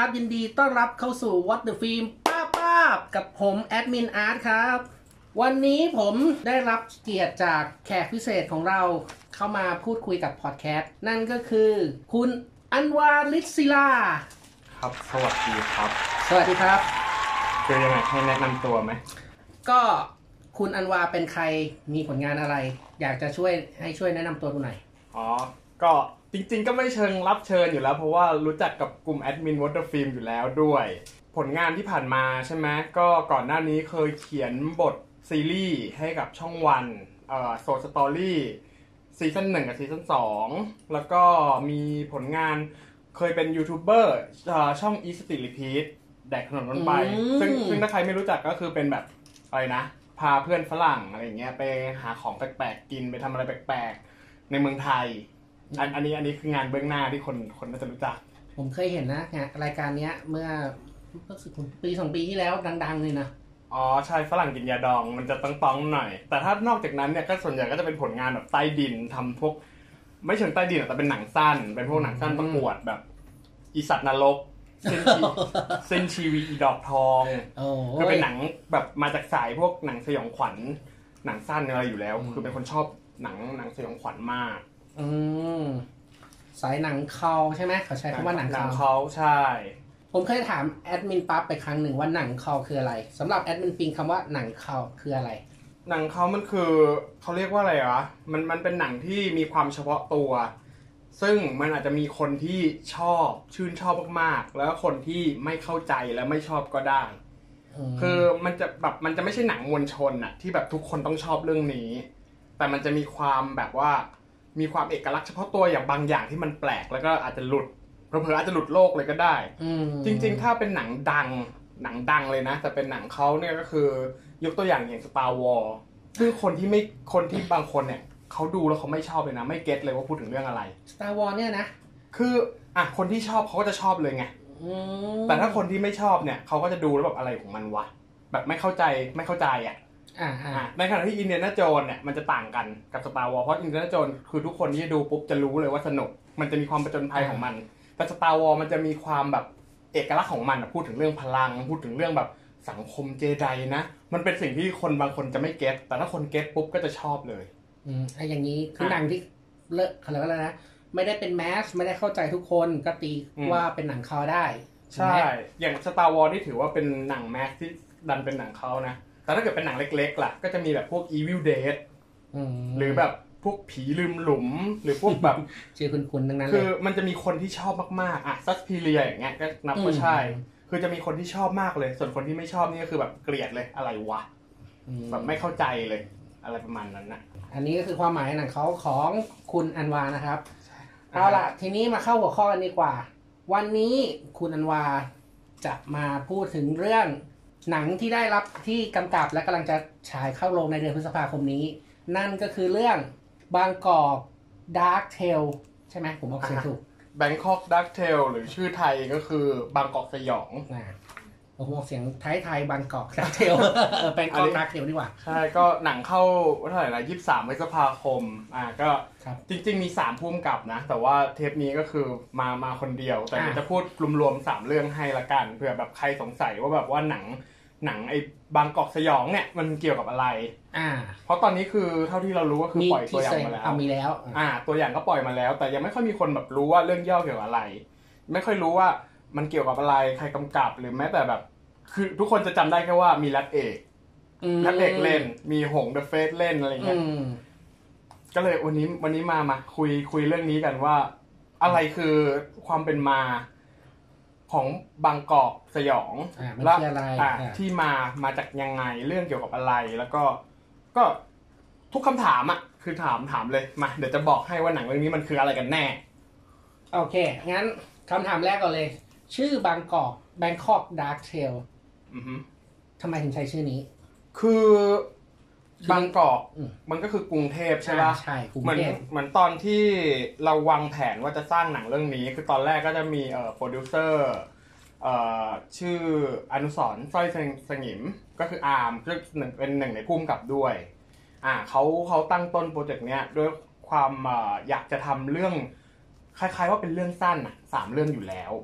ครับยินดีต้อนรับเข้าสู่ What the Film ป้ากับผมแอดมินอาร์ตครับวันนี้ผมได้รับเกียรติจากแขกพิเศษของเราเข้ามาพูดคุยกับพอดแคสต์นั่นก็คือคุณอันวาลิศศิลาครับสวัสดีครับสวัสดีครับคือยังไงให้แนะนำตัวไหมก็คุณอันวาเป็นใครมีผลงานอะไรอยากจะช่วยแนะนำตัวดูหน่อยก็จริงๆก็ไม่เชิงรับเชิญอยู่แล้วเพราะว่ารู้จักกับกลุ่มแอดมิน What the Film อยู่แล้วด้วยผลงานที่ผ่านมาใช่ไหมก็ก่อนหน้านี้เคยเขียนบทซีรีส์ให้กับช่องวันโซลสตอรี่ซีซั่น1กับซีซั่น2แล้วก็มีผลงานเคยเป็นยูทูบเบอร์ช่อง East Street Repeat แดกถนนล้นไปซึ่งถ้าใครไม่รู้จักก็คือเป็นแบบอะไรนะพาเพื่อนฝรั่งอะไรอย่างเงี้ยไปหาของแปลกๆกินไปทำอะไรแปลกๆในเมืองไทยอันนี้คืองานเบื้องหน้าที่คนน่าจะรู้จักผมเคยเห็นนะรายการเนี้ยเมื่อรู้สึกปี2ปีที่แล้วดังๆเลยนะใช่ฝรั่งกินยาดองมันจะต้องๆหน่อยแต่ถ้านอกจากนั้นเนี่ยก็ส่วนใหญ่ก็จะเป็นผลงานแบบใต้ดินทำพวกไม่เชิงใต้ดินแต่เป็นหนังสั้นเป็นพวกหนังสั้นประกวดแบบอีสัตว์นรกเส้นชีวีอีดอกทองคือเป็นหนังแบบมาจากสายพวกหนังสยองขวัญหนังสั้นอะไรอยู่แล้วคือเป็นคนชอบหนังสยองขวัญมากสายหนังคอใช่ไหมเขาใช้คำว่าหนังคอใช่ผมเคยถามแอดมินปั๊บไปครั้งหนึ่งว่าหนังคอคืออะไรสำหรับแอดมินปิงคำว่าหนังคอคืออะไรหนังเขามันคือเขาเรียกว่าอะไรวะมันเป็นหนังที่มีความเฉพาะตัวซึ่งมันอาจจะมีคนที่ชื่นชอบมากๆแล้วคนที่ไม่เข้าใจและไม่ชอบก็ได้คือมันจะไม่ใช่หนังมวลชนอะที่แบบทุกคนต้องชอบเรื่องนี้แต่มันจะมีความแบบว่ามีความเอกลักษณ์เฉพาะตัวอย่างบางอย่างที่มันแปลกแล้วก็อาจจะหลุดเผลอๆอาจจะหลุดโลกเลยก็ได้จริงๆถ้าเป็นหนังดังเลยนะแต่เป็นหนังเขาเนี่ยก็คือยกตัวอย่างStar Wars ซึ่งคนที่บางคนเนี่ยเขาดูแล้วเขาไม่ชอบเลยนะไม่เก็ตเลยว่าพูดถึงเรื่องอะไร Star Wars เนี่ยนะคือคนที่ชอบเขาก็จะชอบเลยไงแต่ถ้าคนที่ไม่ชอบเนี่ยเขาก็จะดูแล้วแบบอะไรของมันวะแบบไม่เข้าใจในขณะที่อินเดียนาโจนเนี่ยมันจะต่างกันกับ Star Wars เพราะอินเดียนาโจนคือทุกคนที่ดูปุ๊บจะรู้เลยว่าสนุกมันจะมีความผจญภัยของมันแต่ Star Wars มันจะมีความแบบเอกลักษณ์ของมันพูดถึงเรื่องพลังพูดถึงเรื่องแบบสังคมเจไดนะมันเป็นสิ่งที่คนบางคนจะไม่เก็ตแต่ถ้าคนเก็ตปุ๊บก็จะชอบเลยอย่างนี้คือหนังที่เลิกอะไรก็แล้วนะไม่ได้เป็นแมสไม่ได้เข้าใจทุกคนก็ตีว่าเป็นหนังคอได้ใช่อย่าง Star Wars นี่ถือว่าเป็นหนังแมสที่ดันเป็นหนังเขานะแต่ถ้าเกิดเป็นหนังเล็กๆล่ะก็จะมีแบบพวก Evil Dead หรือแบบพวกผีลืมหลุมหรือพวกแบบชื่อคุ้นๆทั้งนั้นเลยคือมันจะมีคนที่ชอบมากๆซัสพีเรียอย่างเงี้ยก็นับว่าใช่คือจะมีคนที่ชอบมากเลยส่วนคนที่ไม่ชอบนี่ก็คือแบบเกลียดเลยอะไรวะแบบไม่เข้าใจเลยอะไรประมาณนั้นนะอันนี้ก็คือความหมายหนังเขาของคุณอันวานะครับเอาล่ะทีนี้มาเข้าหัวข้อกันดีกว่าวันนี้คุณอันวาจะมาพูดถึงเรื่องหนังที่ได้รับที่กำกับและกำลังจะฉายเข้าโรงในเดือนพฤษภาคมนี้นั่นก็คือเรื่องบางกอกดาร์กเทลใช่ไหมผมออกเสียงถูก Bangkok Dark Tale หรือชื่อไทยก็คือบางกอกสยองผมออกเสียงไทยบางกอกดาร์กเทลแบงกอกดาร์กเทลดีกว่าใช่ก็หนังเข้าเท่าไหร่นะ23พฤษภาคมก็จริงๆมี3ผู้กำกับนะแต่ว่าเทปนี้ก็คือมาคนเดียวแต่จะพูดรวมๆ3เรื่องให้ละกันเผื่อแบบใครสงสัยว่าแบบว่าหนังไอ้บางกอกสยองเนี่ยมันเกี่ยวกับอะไรเพราะตอนนี้คือเท่าที่เรารู้ก็คือปล่อยตัวอย่างมาแล้วมีแล้วตัวอย่างก็ปล่อยมาแล้วแต่ยังไม่ค่อยมีคนแบบรู้ว่าเรื่องย่อเกี่ยวกับอะไรไม่ค่อยรู้ว่ามันเกี่ยวกับอะไรใครกำกับหรือแม้แต่แบบคือทุกคนจะจำได้แค่ว่ามีแรปเอกเล่นมีหงเดอะเฟสเล่นอะไรเงี้ยก็เลยวันนี้มาคุยเรื่องนี้กันว่าอะไรคือความเป็นมาของบางกอกสยองและที่มาจากยังไงเรื่องเกี่ยวกับอะไรแล้วก็ทุกคำถามคือถามเลยมาเดี๋ยวจะบอกให้ว่าหนังเรื่องนี้มันคืออะไรกันแน่โอเคงั้นคำถามแรกก่อนเลยชื่อบางกอก Bangkok Dark Tale ทำไมถึงใช้ชื่อนี้คือบางกอกมันก็คือกรุงเทพใช่ป่ะใช่กรุงเทพเหมือนตอนที่เราวางแผนว่าจะสร้างหนังเรื่องนี้คือตอนแรกก็จะมีโปรดิวเซอร์ชื่ออนุสรณ์สร้อยสงิมก็คืออาร์มเป็นหนึ่งในผู้กำกับด้วยเขาตั้งต้นโปรเจกต์เนี้ยด้วยความอยากจะทำเรื่องคล้ายๆว่าเป็นเรื่องสั้น3เรื่องอยู่แล้วเ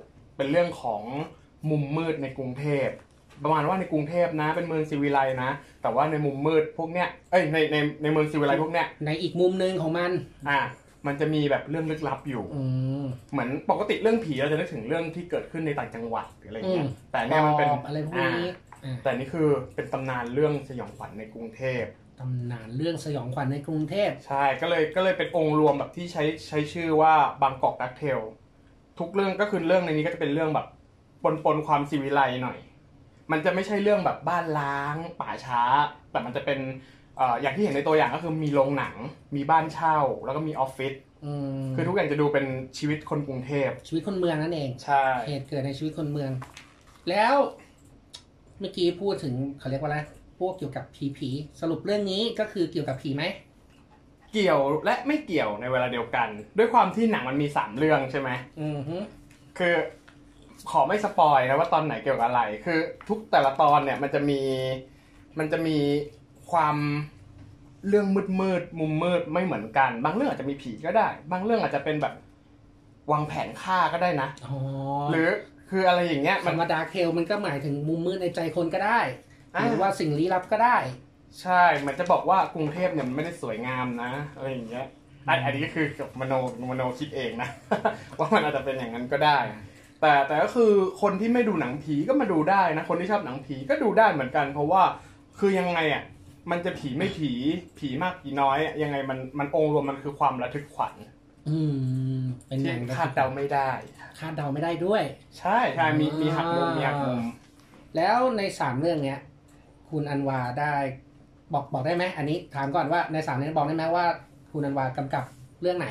เป็นเรื่องของมุมมืดในกรุงเทพประมาณว่าในกรุงเทพนะเป็นเมืองศิวิไลนะแต่ว่าในมุมมืดพวกเนี้ยในเมืองศิวิไลพวกเนี้ยในอีกมุมนึงของมันมันจะมีแบบเรื่องลึกลับอยู่เหมือนปกติเรื่องผีเราจะนึกถึงเรื่องที่เกิดขึ้นในต่างจังหวัดหรืออะไรเงี้ยแต่เนี่ยมันเป็นอะไรพวกนี้แต่นี่คือเป็นตำนานเรื่องสยองขวัญในกรุงเทพตำนานเรื่องสยองขวัญในกรุงเทพใช่ก็เลยเป็นองค์รวมแบบที่ใช้ชื่อว่าบางกอกดักเทลทุกเรื่องก็คือเรื่องในนี้ก็จะเป็นเรื่องแบบปนความศิวิไลหน่อยมันจะไม่ใช่เรื่องแบบบ้านล้างป่าช้าแต่มันจะเป็นอย่างที่เห็นในตัวอย่างก็คือมีโรงหนังมีบ้านเช่าแล้วก็มีออฟฟิศคือทุกอย่างจะดูเป็นชีวิตคนกรุงเทพชีวิตคนเมืองนั่นเองใช่เหตุเกิดในชีวิตคนเมืองแล้วเมื่อกี้พูดถึงเขาเรียกว่าอะไรพวกเกี่ยวกับผีสรุปเรื่องนี้ก็คือเกี่ยวกับผีไหมเกี่ยวและไม่เกี่ยวในเวลาเดียวกันด้วยความที่หนังมันมี3เรื่องใช่ไหมคือขอไม่สปอยนะว่าตอนไหนเกี่ยวกับอะไรคือทุกแต่ละตอนเนี่ยมันจะมีความเรื่องมืดมุมมืดไม่เหมือนกันบางเรื่องอาจจะมีผีก็ได้บางเรื่องอาจจะเป็นแบบวางแผนฆ่าก็ได้นะหรือคืออะไรอย่างเงี้ยมันมาดาร์คเทลมันก็หมายถึงมุมมืดในใจคนก็ได้หรือว่าสิ่งลี้ลับก็ได้ใช่มันจะบอกว่ากรุงเทพเนี่ยมันไม่ได้สวยงามนะอะไรอย่างเงี้ยอันนี้ก็คือกับมโนคิดเองนะ ว่ามันอาจจะเป็นอย่างนั้นก็ได้แต่ก็คือคนที่ไม่ดูหนังผีก็มาดูได้นะคนที่ชอบหนังผีก็ดูได้เหมือนกันเพราะว่าคือยังไงอ่ะมันจะผีไม่ผีมากผีน้อยยังไงมันองค์รวมมันคือความระทึกขวัญเป็นอย่างคาดเดาไม่ได้คาดเดาไม่ได้ด้วยใช่มีหักมุมแล้วใน3เรื่องเนี้ยคุณอันวาได้บอกได้ไหมอันนี้ถามก่อนว่าใน3เรื่องบอกได้ไหมว่าคุณอันวากำกับเรื่องไหน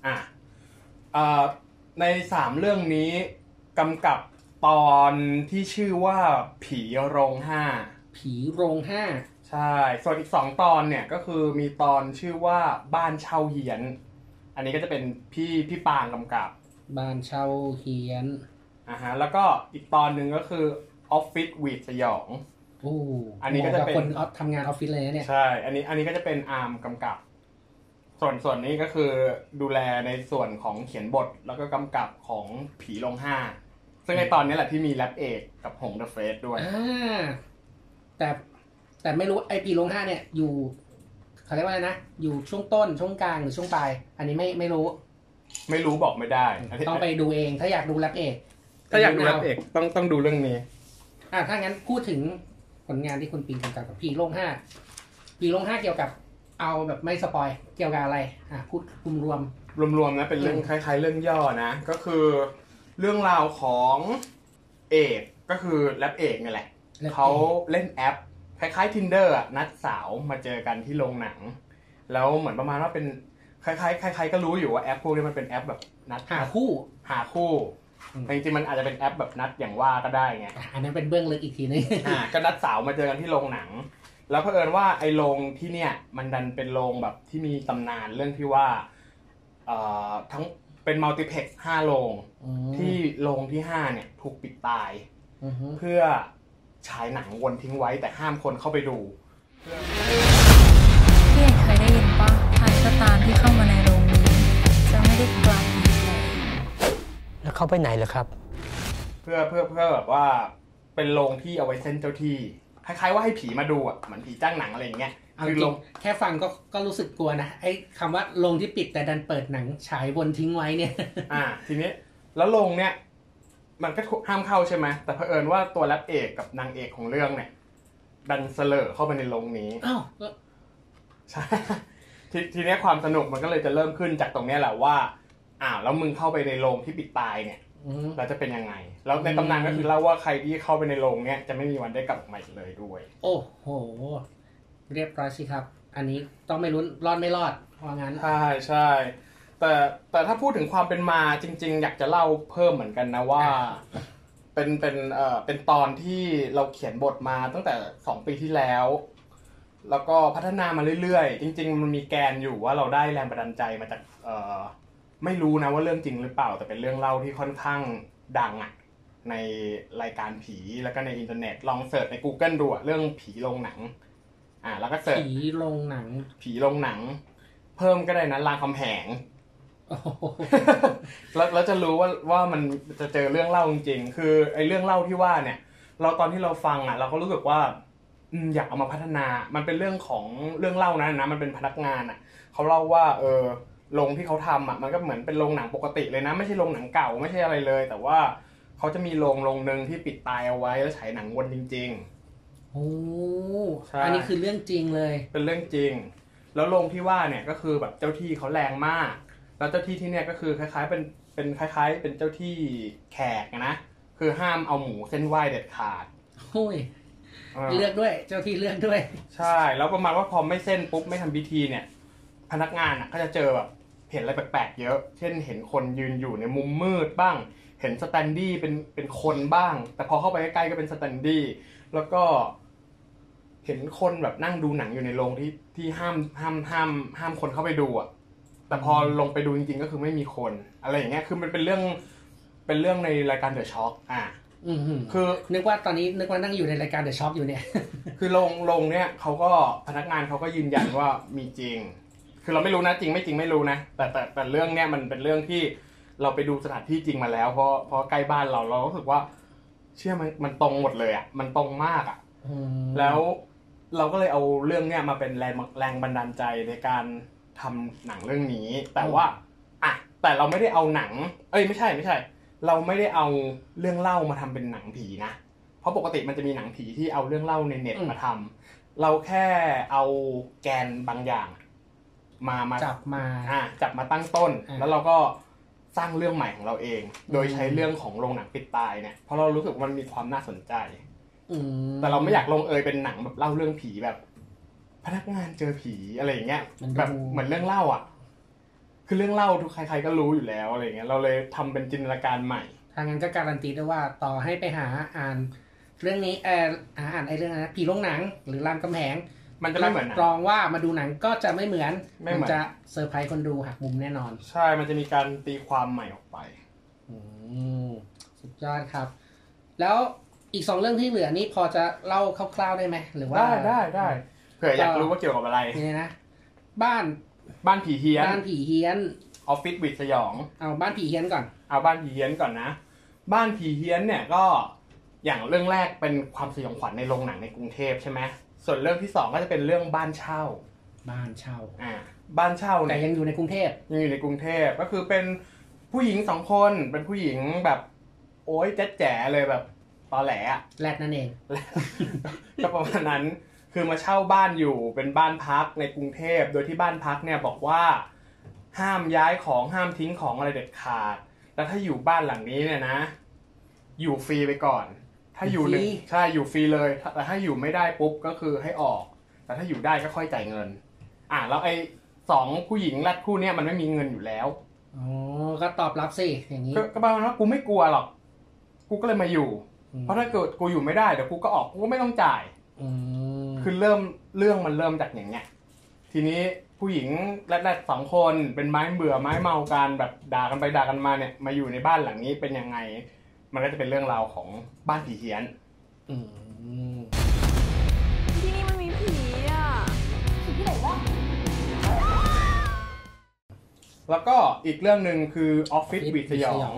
ใน3เรื่องนี้กำกับตอนที่ชื่อว่าผีโรง5ใช่ส่วนอีก2ตอนเนี่ยก็คือมีตอนชื่อว่าบ้านเช่าเฮียนอันนี้ก็จะเป็นพี่ปางกำกับบ้านเช่าเฮียนแล้วก็อีกตอนหนึ่งก็คือออฟฟิศวีดสยองอันนี้ก็จะเป็นคนทำงานออฟฟิศเลยเนี่ยใช่อันนี้ก็จะเป็นอาร์มกำกับส่วนนี้ก็คือดูแลในส่วนของเขียนบทแล้วก็กำกับของผีโรง5ซึ่งในตอนนี้แหละที่มีแรปเอกกับหงเดอะเฟสด้วยแต่ไม่รู้ไอผีโรง5เนี่ยอยู่เขาเรียกว่าอะไรนะอยู่ช่วงต้นช่วงกลางหรือช่วงปลายอันนี้ไม่รู้บอกไม่ได้ต้องไปดูเองถ้าอยากดูแรปเอกต้องดูเรื่องนี้ถ้างั้นพูดถึงผลงานที่คุณปิงกำกับกับผีโรง5เกี่ยวกับเอาแบบไม่สปอยเกี่ยวกับอะไรพูดรวมนะเป็นเรื่องคล้ายๆเรื่องย่อนะก็คือเรื่องราวของเอกก็คือแรปเอกนี่แหละเขาเล่นแอปคล้ายๆ Tinder นัดสาวมาเจอกันที่โรงหนังแล้วเหมือนประมาณว่าเป็นคล้ายๆก็รู้อยู่ว่าแอปพวกนี้มันเป็นแอปแบบนัดหาคู่จริงๆมันอาจจะเป็นแอปแบบนัดอย่างว่าก็ได้ไงอันนั้นเป็นเบื้องลึกอีกทีนึงก็นัดสาวมาเจอกันที่โรงหนังแล้วเผอิญว่าไอ้โรงที่เนี่ยมันดันเป็นโรงแบบที่มีตำนานเรื่องที่ว่าทั้งเป็นมัลติเพล็กซ์5โรงที่โรงที่5เนี่ยถูกปิดตายเพื่อฉายหนังวนทิ้งไว้แต่ห้ามคนเข้าไปดูพี่เคยได้ยินป่ะใครก็ตามที่เข้ามาในโรงนี้จะไม่ได้กลับอีกเลยแล้วเข้าไปไหนเหรอครับเพื่อแบบว่าเป็นโรงที่เอาไว้เส้นเจ้าที่คล้ายๆว่าให้ผีมาดูเหมือนผีจ้างหนังอะไรอย่างเงี้ยคือลงแค่ฟังก็รู้สึกกลัวนะไอ้คำว่าโรงที่ปิดแต่ดันเปิดหนังฉายวนทิ้งไว้เนี่ยทีนี้แล้วโรงเนี่ยมันก็ห้ามเข้าใช่ไหมแต่เผอิญว่าตัวแรปเอกกับนางเอกของเรื่องเนี่ยดันเสลอเข้าไปในโรงนี้ใช่ทีนี้ความสนุกมันก็เลยจะเริ่มขึ้นจากตรงนี้แหละว่าแล้วมึงเข้าไปในโรงที่ปิดตายเนี่ยแล้วจะเป็นยังไงแล้วในตำนานก็คือเล่าว่าใครที่เข้าไปในโรงเนี่ยจะไม่มีวันได้กลับออกมาอีกเลยด้วยโอ้โหเรียบร้อยสิครับอันนี้ต้องไม่รู้รอดไม่รอดว่างั้นใช่แต่ถ้าพูดถึงความเป็นมาจริงๆอยากจะเล่าเพิ่มเหมือนกันนะว่าเป็นตอนที่เราเขียนบทมาตั้งแต่2ปีที่แล้วแล้วก็พัฒนามาเรื่อยๆจริงๆมันมีแกนอยู่ว่าเราได้แรงบันดาลใจมาจากไม่รู้นะว่าเรื่องจริงหรือเปล่าแต่เป็นเรื่องเล่าที่ค่อนข้างดังในรายการผีแล้วก็ในอินเทอร์เน็ตลองเสิร์ชใน Google ดูเรื่องผีโรงหนังแล้วก็เสิร์ชผีโรงหนังเพิ่มก็ได้นะรามคำแหงแล้วจะรู้ว่ามันจะเจอเรื่องเล่าจริงๆคือไอ้เรื่องเล่าที่ว่าเนี่ยเราตอนที่เราฟังอ่ะเราก็รู้สึกว่าอยากเอามาพัฒนามันเป็นเรื่องของเรื่องเล่านะมันเป็นพนักงานอ่ะเขาเล่าว่าโรงที่เขาทำอ่ะมันก็เหมือนเป็นโรงหนังปกติเลยนะไม่ใช่โรงหนังเก่าไม่ใช่อะไรเลยแต่ว่าเขาจะมีโรงนึงที่ปิดตายเอาไว้แล้วฉายหนังวนจริงๆโอ้อันนี้คือเรื่องจริงเลยเป็นเรื่องจริงแล้วโรงที่ว่าเนี่ยก็คือแบบเจ้าที่เขาแรงมากแล้วเจ้าที่ที่เนี่ยก็คือคล้ายๆเป็นคล้ายๆเป็นเจ้าที่แขกนะคือห้ามเอาหมูเส้นไหว้เด็ดขาดโอ้ยเลือกด้วยเจ้าที่เลือกด้วยใช่แล้วประมาณว่าพอไม่เส้นปุ๊บไม่ทำพิธีเนี่ยพนักงานอ่ะก็จะเจอแบบเห็นอะไรแปลกๆเยอะเช่นเห็นคนยืนอยู่ในมุมมืดบ้างเห็นสแตนดี้เป็นคนบ้างแต่พอเข้าไปใกล้ๆก็เป็นสแตนดี้แล้วก็เห็นคนแบบนั่งดูหนังอยู่ในโรงที่ห้ามคนเข้าไปดูอ่ะแต่พอลงไปดูจริงๆก็คือไม่มีคนอะไรอย่างเงี้ยคือมันเป็นเรื่องในรายการ The Shock คือนึกว่าตอนนี้นึกว่านั่งอยู่ในรายการ The Shock อยู่เนี่ยคือโรงเนี่ยเขาก็พนักงานเขาก็ยืนยันว่ามีจริงคือเราไม่รู้นะจริงไม่จริงไม่รู้นะแต่เรื่องเนี้ยมันเป็นเรื่องที่เราไปดูสถานที่จริงมาแล้วเพราะใกล้บ้านเรารู้สึกว่าเชื่อมันตรงหมดเลยอ่ะมันตรงมากอ่ะแล้วเราก็เลยเอาเรื่องเนี้ยมาเป็นแรงบันดาลใจในการทำหนังเรื่องนี้แต่ว่าแต่เราไม่ได้เอาหนังไม่ใช่เราไม่ได้เอาเรื่องเล่ามาทำเป็นหนังผีนะเพราะปกติมันจะมีหนังผีที่เอาเรื่องเล่าในเน็ตมาทำเราแค่เอาแกนบางอย่างมาจับมาตั้งต้นแล้วเราก็สร้างเรื่องใหม่ของเราเองโดยใช้เรื่องของโรงหนังปิดตายเนี่ยเพราะเรารู้สึกมันมีความน่าสนใจแต่เราไม่อยากลงเป็นหนังแบบเล่าเรื่องผีแบบพนักงานเจอผีอะไรอย่างเงี้ยแบบเหมือนเรื่องเล่าอ่ะคือเรื่องเล่าทุกใครๆก็รู้อยู่แล้วอะไรเงี้ยเราเลยทำเป็นจินตนาการใหม่ทางนั้นก็การันตีได้ว่าต่อให้ไปหาอ่านเรื่องนี้อ่านไอ้เรื่องนั้นผีโรงหนังหรือรามคำแหงมันจะไม่เหมือนกรองว่ามาดูหนังก็จะไม่เหมือนมันจะเซอร์ไพรส์คนดูหักมุมแน่นอนใช่มันจะมีการตีความใหม่ออกไปสุดยอดครับแล้วอีก2เรื่องที่เหลือนี้พอจะเล่าคร่าวๆได้ไหมหรือว่าได้เผื่ออยากรู้ว่าเกี่ยวกับอะไรนี่นะบ้านผีเฮี้ยนออฟฟิศวิดสยองเอาบ้านผีเฮี้ยนก่อนเอาบ้านผีเฮี้ยนก่อนนะบ้านผีเฮี้ยนเนี่ยก็อย่างเรื่องแรกเป็นความสยองขวัญในโรงหนังในกรุงเทพใช่ไหมส่วนเรื่องที่2ก็จะเป็นเรื่องบ้านเช่าบ้านเช่าแต่ยังอยู่ในกรุงเทพก็คือเป็นผู้หญิง2คนเป็นผู้หญิงแบบโอ๊ยแจ๋เลยแบบตอแหลแรดนั่นเองก็ประมาณนั้นคือมาเช่าบ้านอยู่เป็นบ้านพักในกรุงเทพโดยที่บ้านพักเนี่ยบอกว่าห้ามย้ายของห้ามทิ้งของอะไรเด็ดขาดแล้วถ้าอยู่บ้านหลังนี้เนี่ยนะอยู่ฟรีไปก่อนถ้าอยู่ใช่อยู่ฟรีเลยแต่ถ้าอยู่ไม่ได้ปุ๊บก็คือให้ออกแต่ถ้าอยู่ได้ก็ค่อยจ่ายเงินแล้วไอ้2ผู้หญิงแรดคู่เนี่ยมันไม่มีเงินอยู่แล้วก็ตอบรับสิอย่างนี้ก็ประมาณว่ากูไม่กลัวหรอกกูก็เลยมาอยู่เพราะถ้าเกิดกูอยู่ไม่ได้เดี๋ยวกูก็ออกกูก็ไม่ต้องจ่ายคือเรื่องมันเริ่มจากอย่างเงี้ยทีนี้ผู้หญิงแรดๆ2คนเป็นไม้เบื่อไม้เมากันแบบด่ากันไปด่ากันมาเนี่ยมาอยู่ในบ้านหลังนี้เป็นยังไงมันก็จะเป็นเรื่องราวของบ้านผีเฮี้ยนที่นี่มันมีผีอ่ะผีที่ไหนวะแล้วก็อีกเรื่องนึงคือออฟฟิศวิดสยอง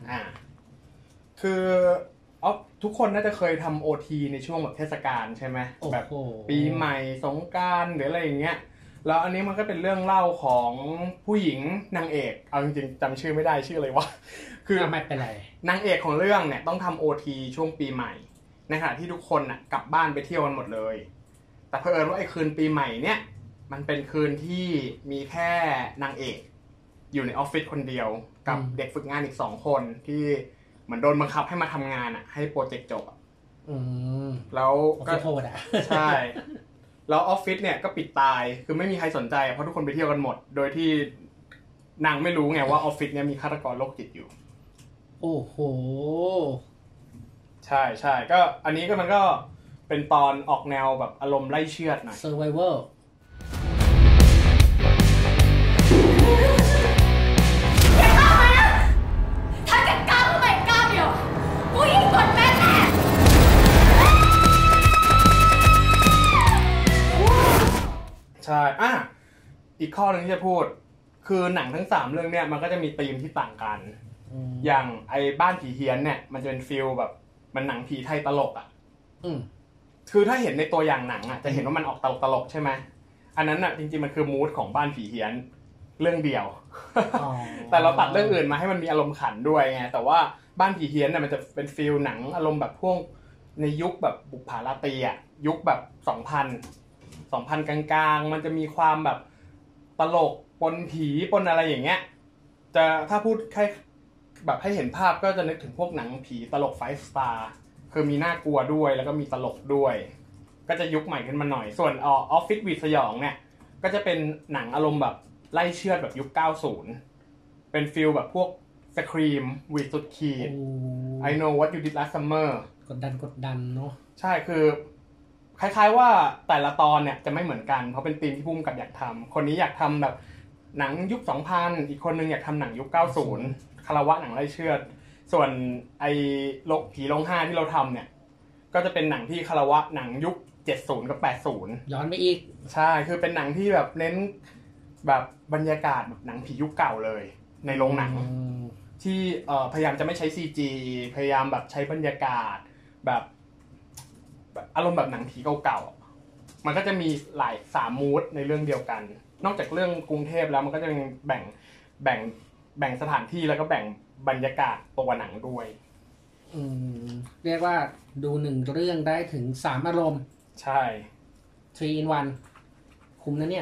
คือทุกคนน่าจะเคยทำ OT ในช่วงแบบเทศกาลใช่ไหมแบบปีใหม่สงกรานต์หรืออะไรอย่างเงี้ยแล้วอันนี้มันก็เป็นเรื่องเล่าของผู้หญิงนางเอกเอาจริงๆจำชื่อไม่ได้ชื่ออะไรวะคือไม่เป็นไรนางเอกของเรื่องเนี่ยต้องทำ OT ช่วงปีใหม่ในขณะที่ทุกคนน่ะกลับบ้านไปเที่ยวกันหมดเลยแต่เผอิญว่าไอ้คืนปีใหม่เนี่ยมันเป็นคืนที่มีแค่นางเอกอยู่ในออฟฟิศคนเดียวกับเด็กฝึกงานอีก2คนที่เหมือนโดนบังคับให้มาทำงานให้โปรเจกต์จบแล้วก็โทษใช่แล้วออฟฟิศเนี่ยก็ปิดตายคือไม่มีใครสนใจเพราะทุกคนไปเที่ยวกันหมดโดยที่นางไม่รู้ไงว่าออฟฟิศเนี่ยมีฆาตกรโรคจิตอยู่โอ้โหใช่ก็อันนี้ก็มันก็เป็นตอนออกแนวแบบอารมณ์ไล่เชือดหน่อย Survivor ใช่อีกข้อนึงที่จะพูดคือหนังทั้ง3เรื่องเนี่ยมันก็จะมีธีมที่ต่างกันอย่างไอ้บ้านผีเฮี้ยนเนี่ยมันจะเป็นฟีลแบบมันหนังผีไทยตลกอ่ะคือถ้าเห็นในตัวอย่างหนังอ่ะจะเห็นว่ามันออกตลกใช่ไหมอันนั้นอ่ะจริงๆมันคือมูดของบ้านผีเฮี้ยนเรื่องเดียว แต่เราตัดเรื่องอื่นมาให้มันมีอารมณ์ขันด้วยไงแต่ว่าบ้านผีเฮี้ยนเนี่ยมันจะเป็นฟีลหนังอารมณ์แบบพวกในยุคแบบบุปผาราตรีอ่ะยุคแบบ2000กลางๆมันจะมีความแบบตลกปนผีปนอะไรอย่างเงี้ยจะถ้าพูดแค่แบบให้เห็นภาพก็จะนึกถึงพวกหนังผีตลก5 สตาร์คือมีน่ากลัวด้วยแล้วก็มีตลกด้วยก็จะยุคใหม่ขึ้นมาหน่อยส่วนออฟฟิศวีดสยองเนี่ยก็จะเป็นหนังอารมณ์แบบไล่เชือดแบบยุค90เป็นฟีลแบบพวกสครีมวีดสุดขีด I know what you did last summer กดดันเนาะใช่คือคล้ายๆว่าแต่ละตอนเนี่ยจะไม่เหมือนกันเพราะเป็นธีมที่พุ่มกับอยากทำคนนี้อยากทำแบบหนังยุค2000อีกคนนึงอยากทำหนังยุค90คารวะหนังไล่เชือดส่วนไอ้โลกผีโรง5ที่เราทำเนี่ยก็จะเป็นหนังที่คารวะหนังยุค70กับ80 ย้อนไปอีกใช่คือเป็นหนังที่แบบเน้นแบบบรรยากาศแบบหนังผียุคเก่าเลยในโรงหนังที่พยายามจะไม่ใช้ CG พยายามแบบใช้บรรยากาศแบบอารมณ์แบบหนังผีเก่าๆมันก็จะมีหลาย3มูดในเรื่องเดียวกันนอกจากเรื่องกรุงเทพแล้วมันก็จะแบ่งสถานที่แล้วก็แบ่งบรรยากาศตัวหนังด้วยเรียกว่าดู1เรื่องได้ถึง3อารมณ์ใช่ 3 in 1คุ้มนะเนี่ย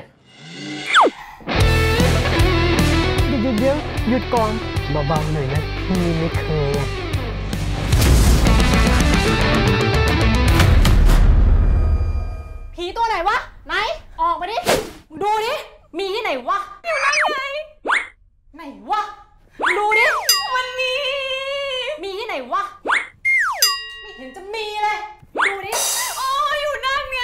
เดี๋ยวหยุดก่อนเบาๆหน่อยนะพี่ไม่เคยผีตัวไหนวะไหนออกมาดิดูดิมีที่ไหนวะอยู่นั่นไงไหนวะดูดิมันมีที่ไหนวะไม่เห็นจะมีเลยดูดิโอ้อยู่นั่นไง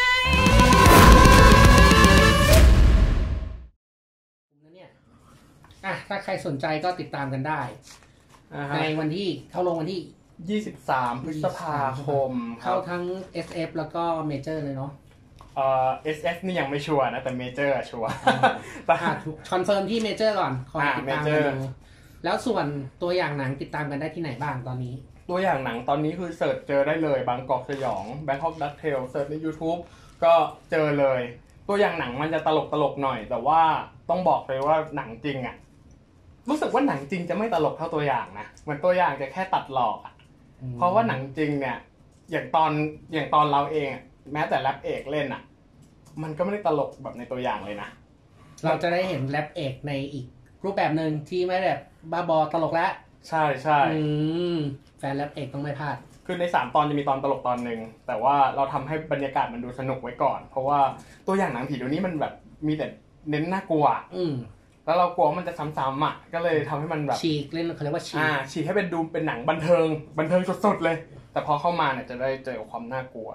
ถ้าใครสนใจก็ติดตามกันได้ในวันที่เข้าลงวันที่ 23พฤษภาคมเข้าทั้ง SF แล้วก็เมเจอร์เลยเนาะ SF นี่ยังไม่ชัวร์นะแต่เมเจอร์ชัวร์คอนเฟิร์มที่เมเจอร์ก่อนขอติดตามกันดูแล้วส่วนตัวอย่างหนังติดตามกันได้ที่ไหนบ้างตอนนี้ตัวอย่างหนังตอนนี้คือเสิร์ชเจอได้เลยบางกอกสยอง Bangkok DuckTales เสิร์ชใน YouTube ก็เจอเลยตัวอย่างหนังมันจะตลกหน่อยแต่ว่าต้องบอกเลยว่าหนังจริงอ่ะรู้สึกว่าหนังจริงจะไม่ตลกเท่าตัวอย่างนะเหมือนตัวอย่างจะแค่ตัดหลอกอ่ะเพราะว่าหนังจริงเนี่ยอย่างตอนเราเองแม้แต่แรปเอกเล่นอ่ะมันก็ไม่ได้ตลกแบบในตัวอย่างเลยนะเราจะได้เห็นแรปเอกในอีกรูปแบบนึงที่ไม่แบบบ้าบอตลกแล้วใช่แฟนแรปเอกต้องไม่พลาดคือใน3ตอนจะมีตอนตลกตอนนึงแต่ว่าเราทำให้บรรยากาศมันดูสนุกไว้ก่อนเพราะว่าตัวอย่างหนังผีเดี๋ยวนี้มันแบบมีแต่เน้นน่ากลัวแล้วเรากลัวมันจะซ้ำๆอ่ะก็เลยทำให้มันแบบฉีกเล่นเขาเรียกว่าฉีกให้เป็นดูเป็นหนังบันเทิงสุดๆเลยแต่พอเข้ามาเนี่ยจะได้เจอกับความน่ากลัว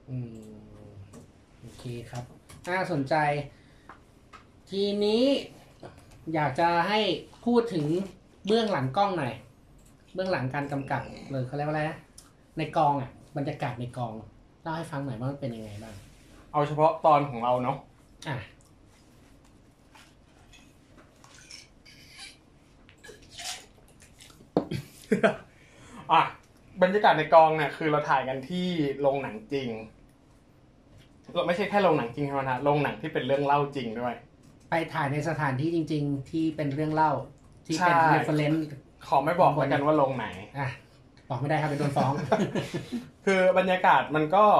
โอเคครับน่าสนใจทีนี้อยากจะให้พูดถึงเบื้องหลังกล้องหน่อยเบื้องหลังการกำกับเลยเขาเรียกว่าอะไรนะในกองบรรยากาศในกองเล่าให้ฟังหน่อยว่ามันเป็นยังไงบ้างเอาเฉพาะตอนของเราเนาะบรรยากาศในกองเนี่ยคือเราถ่ายกันที่โรงหนังจริงเราไม่ใช่แค่โรงหนังจริงเท่านั้นโรงหนังที่เป็นเรื่องเล่าจริงด้วยไปถ่ายในสถานที่จริงๆที่เป็นเรื่องเล่าที่เป็น reference ขอไม่บอกแล้วกันว่าโรงไหนบอกไม่ได้ครับเป็นโดนฟ้องคือบรรยากาศมันก็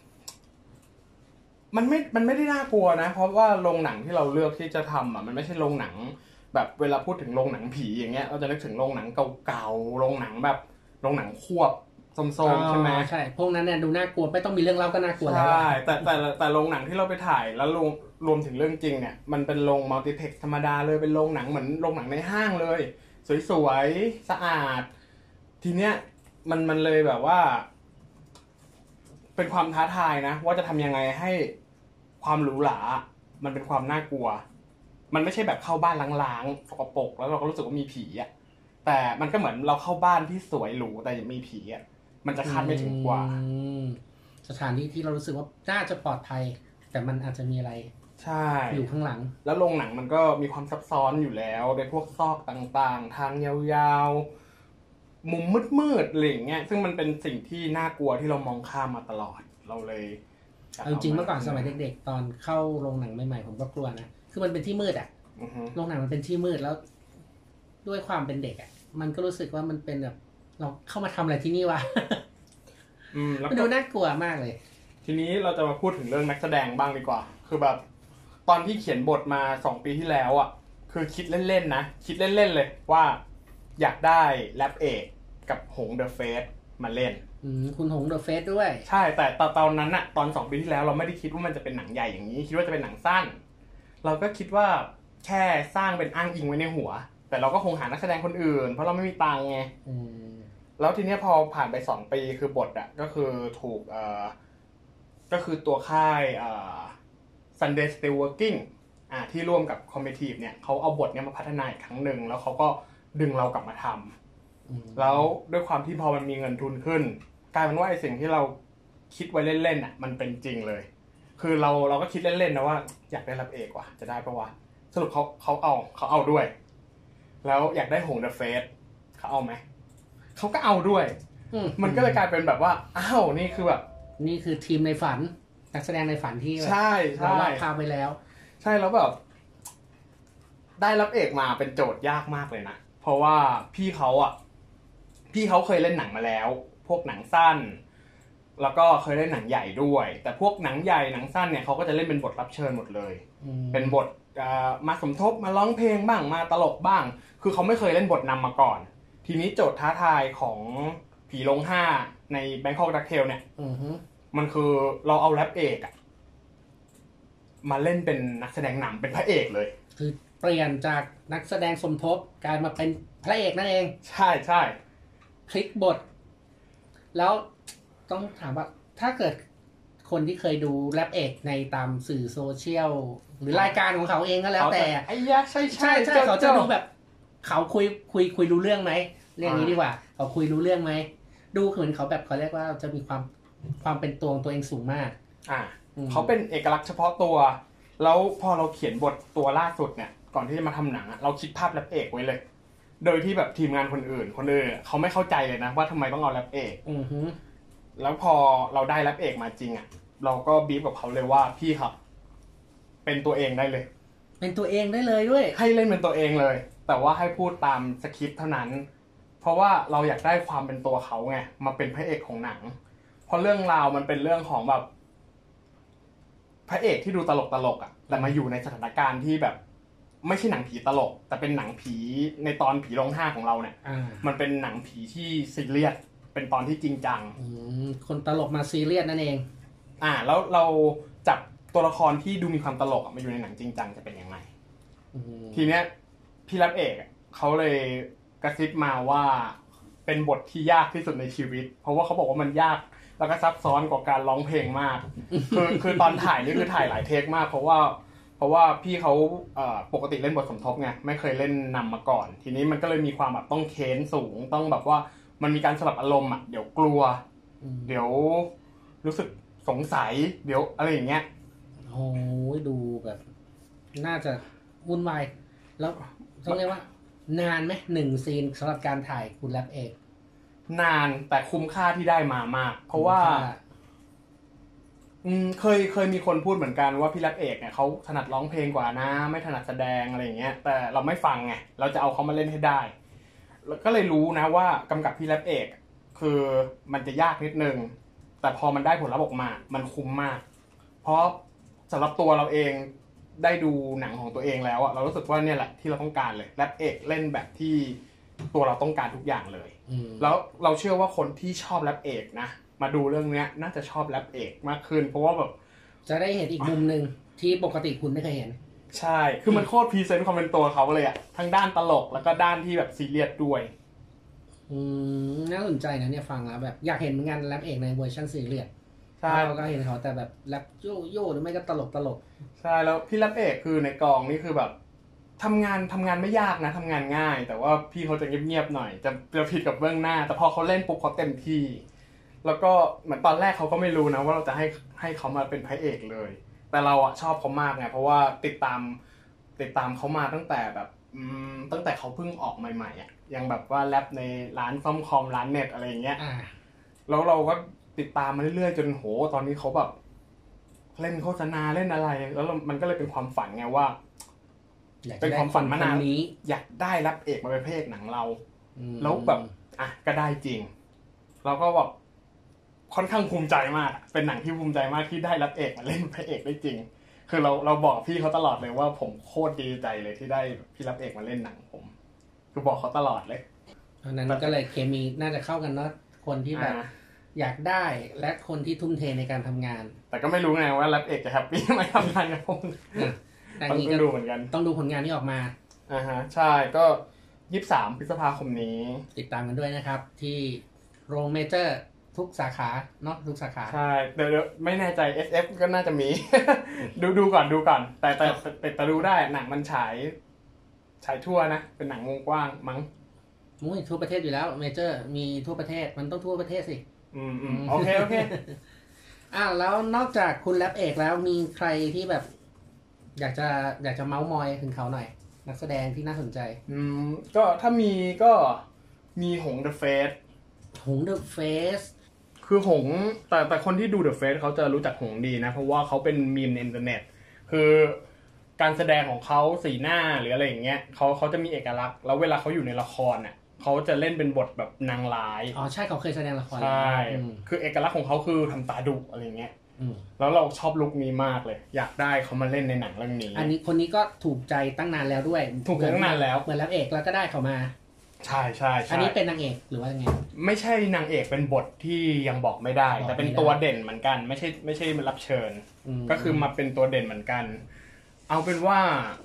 มันไม่ได้น่ากลัวนะเพราะว่าโรงหนังที่เราเลือกที่จะทำมันไม่ใช่โรงหนังแบบเวลาพูดถึงโรงหนังผีอย่างเงี้ยเราจะนึกถึงโรงหนังเก่าๆโรงหนังแบบโรงหนังควบโซมๆใช่ไหมใช่พวกนั้นเนี่ยดูน่ากลัวไม่ต้องมีเรื่องเล่าก็น่ากลัวแล้วใช่แต่โรงหนังที่เราไปถ่ายแล้วรวมถึงเรื่องจริงเนี่ยมันเป็นโรงมัลติเพล็กซ์ธรรมดาเลยเป็นโรงหนังเหมือนโรงหนังในห้างเลยสวยๆสะอาดทีเนี้ยมันเลยแบบว่าเป็นความท้าทายนะว่าจะทำยังไงให้ความหรูหรามันเป็นความน่ากลัวมันไม่ใช่แบบเข้าบ้านล้างๆสกปรกแล้วเราก็รู้สึกว่ามีผีอ่ะแต่มันก็เหมือนเราเข้าบ้านที่สวยหรูแต่ยังมีผีอ่ะมันจะคาดไม่ถึงกว่าสถานที่ที่เรารู้สึกว่าน่าจะปลอดภัยแต่มันอาจจะมีอะไรใช่อยู่ข้างหลังแล้วโรงหนังมันก็มีความซับซ้อนอยู่แล้วในพวกซอกต่างๆทางยาวๆมุมมืดๆอะไรอย่างเงี้ยซึ่งมันเป็นสิ่งที่น่ากลัวที่เรามองข้ามมาตลอดเราเลยจริงๆเมื่อก่อนสมัยเด็กๆตอนเข้าโรงหนังใหม่ๆผมก็กลัวนะคือมันเป็นที่มืดอ่ะโรงหนังมันเป็นที่มืดแล้วด้วยความเป็นเด็กอ่ะมันก็รู้สึกว่ามันเป็นแบบเราเข้ามาทำอะไรที่นี่วะแล้วดูน่ากลัวมากเลยทีนี้เราจะมาพูดถึงเรื่องนักแสดงบ้างดีกว่าคือแบบตอนที่เขียนบทมา2 ปีที่แล้วอ่ะคือคิดเล่นๆนะคิดเล่นๆเลยว่าอยากได้แรปเอกกับหงเดอะเฟสมาเล่นคุณหงเดอะเฟสด้วยใช่แต่ตอนนั้นอะตอน2 ปีที่แล้วเราไม่ได้คิดว่ามันจะเป็นหนังใหญ่อย่างนี้คิดว่าจะเป็นหนังสั้นเราก็คิดว่าแค่สร้างเป็นอ้างอิงไว้ในหัวแต่เราก็คงหานักแสดงคนอื่นเพราะเราไม่มีตังค์ไงแล้วทีนี้พอผ่านไป2 ปีคือบทอะก็คือถูกก็คือตัวค่ายSunday Still Working ที่ร่วมกับ Committee เนี่ยเขาเอาบทเนี้ยมาพัฒนาอีกครั้งหนึ่งแล้วเขาก็ดึงเรากลับมาทำแล้วด้วยความที่พอมันมีเงินทุนขึ้นกลายเป็นว่าไอ้สิ่งที่เราคิดไว้เล่นๆอ่ะมันเป็นจริงเลยคือเราก็คิดเล่นๆนะว่าอยากได้รับเอกว่ะจะได้ปะวะสรุปเขาเอาด้วยแล้วอยากได้หงเดอะเฟสเขาเอาไหมเขาก็เอาด้วยมันก็เลยกลายเป็นแบบว่าอ้าวนี่คือแบบนี่คือทีมในฝันนักแสดงในฝันที่ใช่เราพาไปแล้วใช่แล้วแบบได้รับเอกมาเป็นโจทย์ยากมากเลยนะเพราะว่าพี่เขาเคยเล่นหนังมาแล้วพวกหนังสั้นแล้วก็เคยเล่นหนังใหญ่ด้วยแต่พวกหนังใหญ่หนังสั้นเนี่ยเขาก็จะเล่นเป็นบทรับเชิญหมดเลยเป็นบทมาสมทบมาร้องเพลงบ้างมาตลกบ้างคือเขาไม่เคยเล่นบทนำมาก่อนทีนี้โจทย์ท้าทายของผีโรง5ใน Bangkok Ducktail เนี่ยมันคือเราเอาแรปเอกมาเล่นเป็นนักแสดงนำเป็นพระเอกเลยคือเปลี่ยนจากนักแสดงสมทบกลายมาเป็นพระเอกนั่นเองใช่พลิกบทแล้วต้องถามว่าถ้าเกิดคนที่เคยดูแรปเอกในตามสื่อโซเชียลหรือรายการของเขาเองก็แล้วแต่ไอ้ยะใช่เขาจะดูแบบเขาคุยรู้เรื่องไหมเรื่องนี้ดีกว่าเขาคุยรู้เรื่องไหมดูเหมือนเขาแบบเขาเรียกว่าจะมีความเป็นตัวเองสูงมากเขาเป็นเอกลักษณ์เฉพาะตัวแล้วพอเราเขียนบทตัวล่าสุดเนี่ยก่อนที่จะมาทำหนังเราคิดภาพแรปเอกไว้เลยโดยที่แบบทีมงานคนอื่นเขาไม่เข้าใจเลยนะว่าทำไมต้องเอาแรปเอกแล้วพอเราได้แรปเอกมาจริงเราก็บีฟกับเขาเลยว่าพี่ครับเป็นตัวเองได้เลยเป็นตัวเองได้เลยด้วยให้เล่นเป็นตัวเองเลยแต่ว่าให้พูดตามสคริปต์เท่านั้นเพราะว่าเราอยากได้ความเป็นตัวเขาไงมาเป็นพระเอกของหนังเพราะเรื่องราวมันเป็นเรื่องของแบบพระเอกที่ดูตลกแต่มาอยู่ในสถานการณ์ที่แบบไม่ใช่หนังผีตลกแต่เป็นหนังผีในตอนผีโรง5ของเราเนี่ยมันเป็นหนังผีที่ซีเรียสเป็นตอนที่จริงจังคนตลกมาซีเรียสนั่นเองแล้วเราจับตัวละครที่ดูมีความตลกมาอยู่ในหนังจริงจังจะเป็นยังไงทีเนี้ยพี่รับเอกเขาเลยกระซิบมาว่าเป็นบทที่ยากที่สุดในชีวิตเพราะว่าเขาบอกว่ามันยากแล้วก็ซับซ้อนกว่าการร้องเพลงมากคือตอนถ่ายนี่คือถ่ายหลายเทคมากเพราะว่าพี่เขาปกติเล่นบทสมทบไงไม่เคยเล่นนำมาก่อนทีนี้มันก็เลยมีความแบบต้องเค้นสูงต้องแบบว่ามันมีการสลับอารมณ์เดี๋ยวกลัวเดี๋ยวรู้สึกสงสัยเดี๋ยวอะไรอย่างเงี้ยโอ้ยดูแบบน่าจะวุ่นวายแล้วต้องเรียกว่านานไหม1 ซีนสำหรับการถ่ายคุณแรปเอกนานแต่คุ้มค่าที่ได้มามากเพราะว่าเคยมีคนพูดเหมือนกันว่าพี่แรปเอกเนี่ยเขาถนัดร้องเพลงกว่านะไม่ถนัดแสดงอะไรอย่างเงี้ยแต่เราไม่ฟังไงเราจะเอาเขามาเล่นให้ได้แล้วก็เลยรู้นะว่ากำกับพี่แรปเอกคือมันจะยากนิดนึงแต่พอมันได้ผลลัพธ์ออกมามันคุ้มมากเพราะสำหรับตัวเราเองได้ดูหนังของตัวเองแล้วเรารู้สึกว่าเนี่ยแหละที่เราต้องการเลยแรปเอกเล่นแบบที่ตัวเราต้องการทุกอย่างเลยแล้วเราเชื่อว่าคนที่ชอบแรปเอกนะมาดูเรื่องนี้น่าจะชอบแรปเอกมากขึ้นเพราะว่าแบบจะได้เห็นอีกมุมนึงที่ปกติคุณไม่เคยเห็นใช่คือมันโคตรพรีเซนต์ความเป็นตัวเขาเลยทั้งด้านตลกแล้วก็ด้านที่แบบซีเรียสด้วยน่าสนใจนะเนี่ยฟังแล้วแบบอยากเห็นเหมือนกันแรปเอกในเวอร์ชันซีเรียสใช่เราก็เห็นเขาแต่แบบแรปโย่หรือไม่ก็ตลกใช่แล้วพี่แรปเอกคือในกองนี่คือแบบทำงานไม่ยากนะทำงานง่ายแต่ว่าพี่เขาจะเงียบๆหน่อยจะผิดกับเบื้องหน้าแต่พอเขาเล่นปุ๊บเขาเต็มที่แล้วก็เหมือนตอนแรกเขาก็ไม่รู้นะว่าเราจะให้เขามาเป็นพระเอกเลยแต่แต่เราอะชอบเขามากไงเพราะว่าติดตามเขามาตั้งแต่แบบตั้งแต่เขาเพิ่งออกใหม่ๆอ่ะยังแบบว่าแรปในร้านซ่อมคอมร้านเน็ตอะไรอย่างเงี้ยแล้วเราก็ติดตามมาเรื่อยๆจนโหตอนนี้เขาแบบเล่นโฆษณาเล่นอะไรแล้วมันก็เลยเป็นความฝันไงว่าเป็นความฝันมานานอยากได้รับเอกมาเป็นพระเอกหนังเราแล้วแบบก็ได้จริงเราก็แบบค่อนข้างภูมิใจมากเป็นหนังที่ภูมิใจมากที่ได้รับเอกมาเล่นพระเอกได้จริงคือเราบอกพี่เขาตลอดเลยว่าผมโคตรดีใจเลยที่ได้พี่รับเอกมาเล่นหนังผมคือบอกเขาตลอดเลยอันนั้นก็เลยเคมีน่าจะเข้ากันเนาะคนที่แบบอยากได้และคนที่ทุ่มเทในการทำงานแต่ก็ไม่รู้ไงว่ารับเอกจะแฮปปี้ไหมทำงานกับผมต้องดูเหมือนกันต้องดูผลงานที่ออกมาใช่ก็23 พฤษภาคมนี้ติดตามกันด้วยนะครับที่โรงเมเจอร์ทุกสาขาเนาะทุกสาขาใช่เดี๋ยวไม่แน่ใจ SF ก็น่าจะมี ดูก่อนแต่ดูได้หนังมันฉายทั่วนะเป็นหนังวงกว้างมั้งมุ้ยทั่วประเทศอยู่แล้วเมเจอร์มีทั่วประเทศมันต้องทั่วประเทศสิโอเคแล้วนอกจากคุณแรปเอกแล้วมีใครที่แบบอยากจะเม้ามอยถึงเขาหน่อยนักแสดงที่น่าสนใจก็ถ้ามีก็มีหง The Face หง The Face คือหงแต่คนที่ดู The Face เขาจะรู้จักหงดีนะเพราะว่าเขาเป็นมีมในอินเทอร์เน็ตคือการแสดงของเขาสีหน้าหรืออะไรอย่างเงี้ยเขาจะมีเอกลักษณ์แล้วเวลาเขาอยู่ในละครน่ะเขาจะเล่นเป็นบทแบบนางร้ายใช่เขาเคยแสดงละครใช่คือเอกลักษณ์ของเขาคือทำตาดุอะไรเงี้ยแล้วเราชอบลุคนี้มากเลยอยากได้เขามาเล่นในหนังเรื่องนี้อันนี้คนนี้ก็ถูกใจตั้งนานแล้วด้วยถูกตั้งนานแล้วเหมือนแรปเอกแล้วก็ได้เขามาใช่อันนี้เป็นนางเอกหรือว่าไงไม่ใช่นางเอกเป็นบทที่ยังบอกไม่ได้แต่เป็นตัวเด่นเหมือนกันไม่ใช่มันรับเชิญก็คือมาเป็นตัวเด่นเหมือนกันเอาเป็นว่า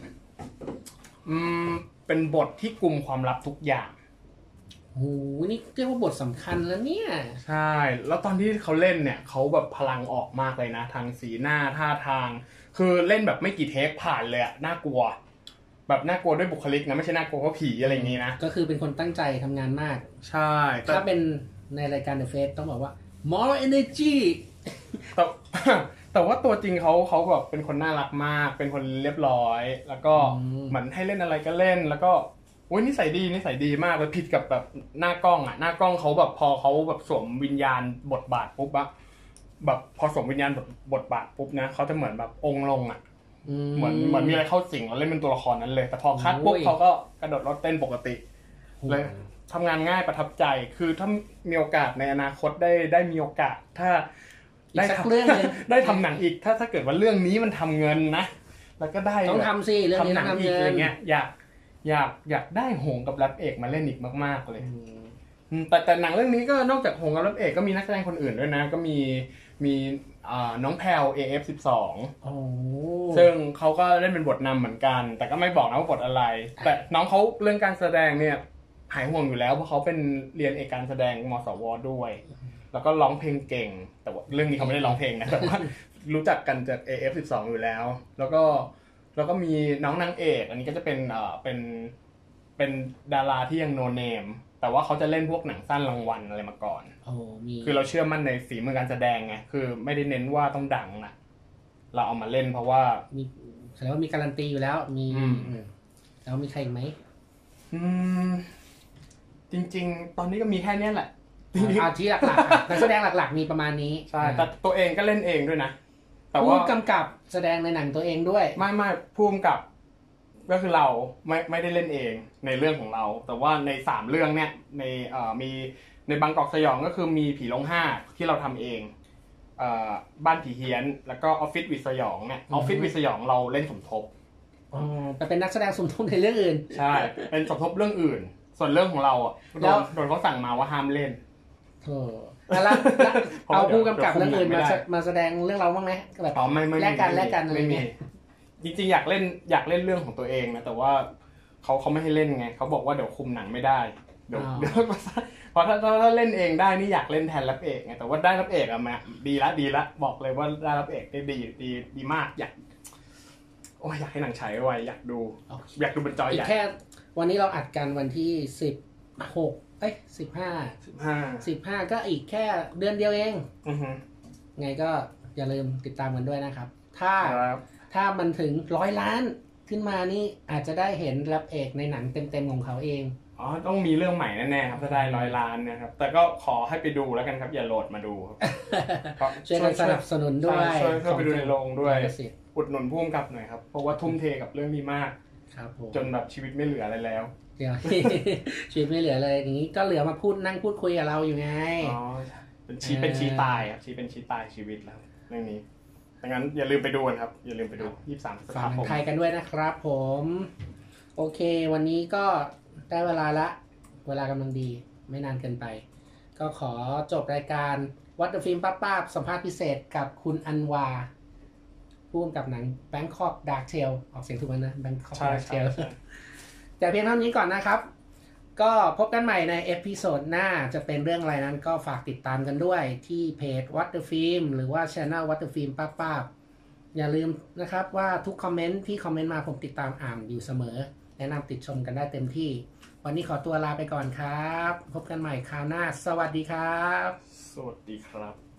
เป็นบทที่กุมความลับทุกอย่างโหนี่เรียกว่าบทสำคัญแล้วเนี่ยใช่แล้วตอนที่เขาเล่นเนี่ยเขาแบบพลังออกมากเลยนะทางสีหน้าท่าทางคือเล่นแบบไม่กี่เทคผ่านเลยอะน่ากลัวแบบน่ากลัวด้วยบุคลิกนะไม่ใช่น่ากลัวเพราะผีอะไรอย่างงี้นะก็คือเป็นคนตั้งใจทำงานมากใช่ถ้าเป็นในรายการ The Face ต้องบอกว่า more energy แต่ว่าตัวจริงเขาแบบเป็นคนน่ารักมากเป็นคนเรียบร้อยแล้วก็เหมือนให้เล่นอะไรก็เล่นแล้วก็โอ้ยนิสัยดีมากเลยผิดกับแบบหน้ากล้องหน้ากล้องเขาแบบพอเขาแบบสวมวิญญาณบทบาทปุ๊บอะแบบพอสวมวิญญาณแบบบทบาทปุ๊บนะเขาจะเหมือนแบบองค์ลงเหมือนมีอะไรเข้าสิงแล้วเล่นเป็นตัวละครนั้นเลยแต่พอคัดปุ๊บเขาก็กระโดดรถเต้นปกติเลยทำงานง่ายประทับใจคือถ้ามีโอกาสในอนาคตได้มีโอกาสถ้าได้ทำเรื่องได้ทำหนังอีกถ้าเกิดว่าเรื่องนี้มันทำเงินนะแล้วก็ได้ต้องทำสิเรื่องนี้ทำหนังอีกอะไรเงี้ยอยากได้หงกับแรปเอกมาเล่นอีกมากๆเลยแต่หนังเรื่องนี้ก็นอกจากหงกับแรปเอกก็มีนักแสดงคนอื่นด้วยนะก็มีน้องแพลว AF12 ซึ่งเขาก็เล่นเป็นบทนำเหมือนกันแต่ก็ไม่บอกนะว่าบทอะไรแต่น้องเขาเรื่องการแสดงเนี่ยหายห่วงอยู่แล้วเพราะเขาเป็นเรียนเอกการแสดงมสวด้วยแล้วก็ร้องเพลงเก่งแต่ว่าเรื่องนี้เขาไม่ได้ร้องเพลงนะแต่ว่ารู้จักกันจาก AF12 อยู่แล้วแล้วก็มีน้องนางเอกอันนี้ก็จะเป็นดาราที่ยังโนเนมแต่ว่าเขาจะเล่นพวกหนังสั้นรางวัลอะไรมาก่อนคือเราเชื่อมั่นในฝีมือการแสดงไงคือไม่ได้เน้นว่าต้องดังนะเราเอามาเล่นเพราะว่ามีแสดงว่ามีการันตีอยู่แล้วมีแล้วมีใครอีกไหมจริงๆตอนนี้ก็มีแค่นี้แหละที่หลักๆนักแสดงหลักๆมีประมาณนี้ใช่แต่ตัวเองก็เล่นเองด้วยนะแต่ว่าผู้กำกับแสดงในหนังตัวเองด้วยไม่ผู้กำกับก็คือเราไม่ได้เล่นเองในเรื่องของเราแต่ว่าใน3เรื่องเนี่ยมีในบางกอกสยองก็คือมีผีลง5ที่เราทำเองบ้านผีเฮี้ยนแล้วก็ออฟฟิศวิสยองเนี่ยออฟฟิศวิสยองเราเล่นสมทบแต่เป็นนักแสดงสมทบในเรื่องอื่นใช่เป็นสมทบเรื่องอื่นส่วนเรื่องของเราโดนเขาสั่งมาว่าห้ามเล่นแล้วเอาผู้กำกับเรื่องอื่นมาแสดงเรื่องเราบ้างไหมแบบแลกกันอะไรเงี้ยจริงๆอยากเล่นเรื่องของตัวเองนะแต่ว่าเขาไม่ให้เล่นไงเขาบอกว่าเดี๋ยวคุมหนังไม่ได้เดี๋ยวเพราะถ้าเล่นเองได้นี่อยากเล่นแทนรับเอกไงแต่ว่าได้รับเอกอะมาดีละบอกเลยว่าได้รับเอกได้ดีมากอยากให้หนังฉายไวอยากดูบนจอใหญ่แค่วันนี้เราอัดกันวันที่15ก็อีกแค่เดือนเดียวเองไงก็อย่าลืมติดตามกันด้วยนะครับถ้ามันถึง100 ล้านขึ้นมานี่อาจจะได้เห็นรับเอกในหนังเต็มๆของเขาเองต้องมีเรื่องใหม่แน่ๆครับถ้าได้100 ล้านนะครับแต่ก็ขอให้ไปดูแล้วกันครับอย่าโหลดมาดูครับช่วยกันสนับสนุนด้วยช่วยไปดูในโรงด้วยอุดหนุนพุ่มกับหน่อยครับเพราะว่าทุ่มเทกับเรื่องนี้มากครับผมจนแบบชีวิตไม่เหลืออะไรแล้วเดี๋ยว ชีวิตไม่เหลือเลยอย่างนี้ก็เหลือมานั่งพูดคุยกับเราอยู่ไงเป็นชี้ตายครับชี้ตายชีวิตแล้วเรื่องนี้ดังนั้นอย่าลืมไปดูกันครับอย่าลืมไปดู23 พฤษภาคมฝากไทยกันด้วยนะครับผมโอเควันนี้ก็ได้เวลากำลังดีไม่นานเกินไปก็ขอจบรายการวัดเดอะฟิล์มป้าสัมภาษณ์พิเศษกับคุณอันวาผู้กำกับหนัง Bangkok Dark Tale ออกเสียงถูกไหมนะ Bangkok Dark Tale แต่เพียงเท่านี้ก่อนนะครับก็พบกันใหม่ในเอพิโซดหน้าจะเป็นเรื่องอะไรนั้นก็ฝากติดตามกันด้วยที่เพจ What the Film หรือว่า Channel What the Film ป้าอย่าลืมนะครับว่าทุกคอมเมนต์ที่คอมเมนต์มาผมติดตามอ่านอยู่เสมอแนะนำติดชมกันได้เต็มที่วันนี้ขอตัวลาไปก่อนครับพบกันใหม่คราวหน้าสวัสดีครับสวัสดีครับ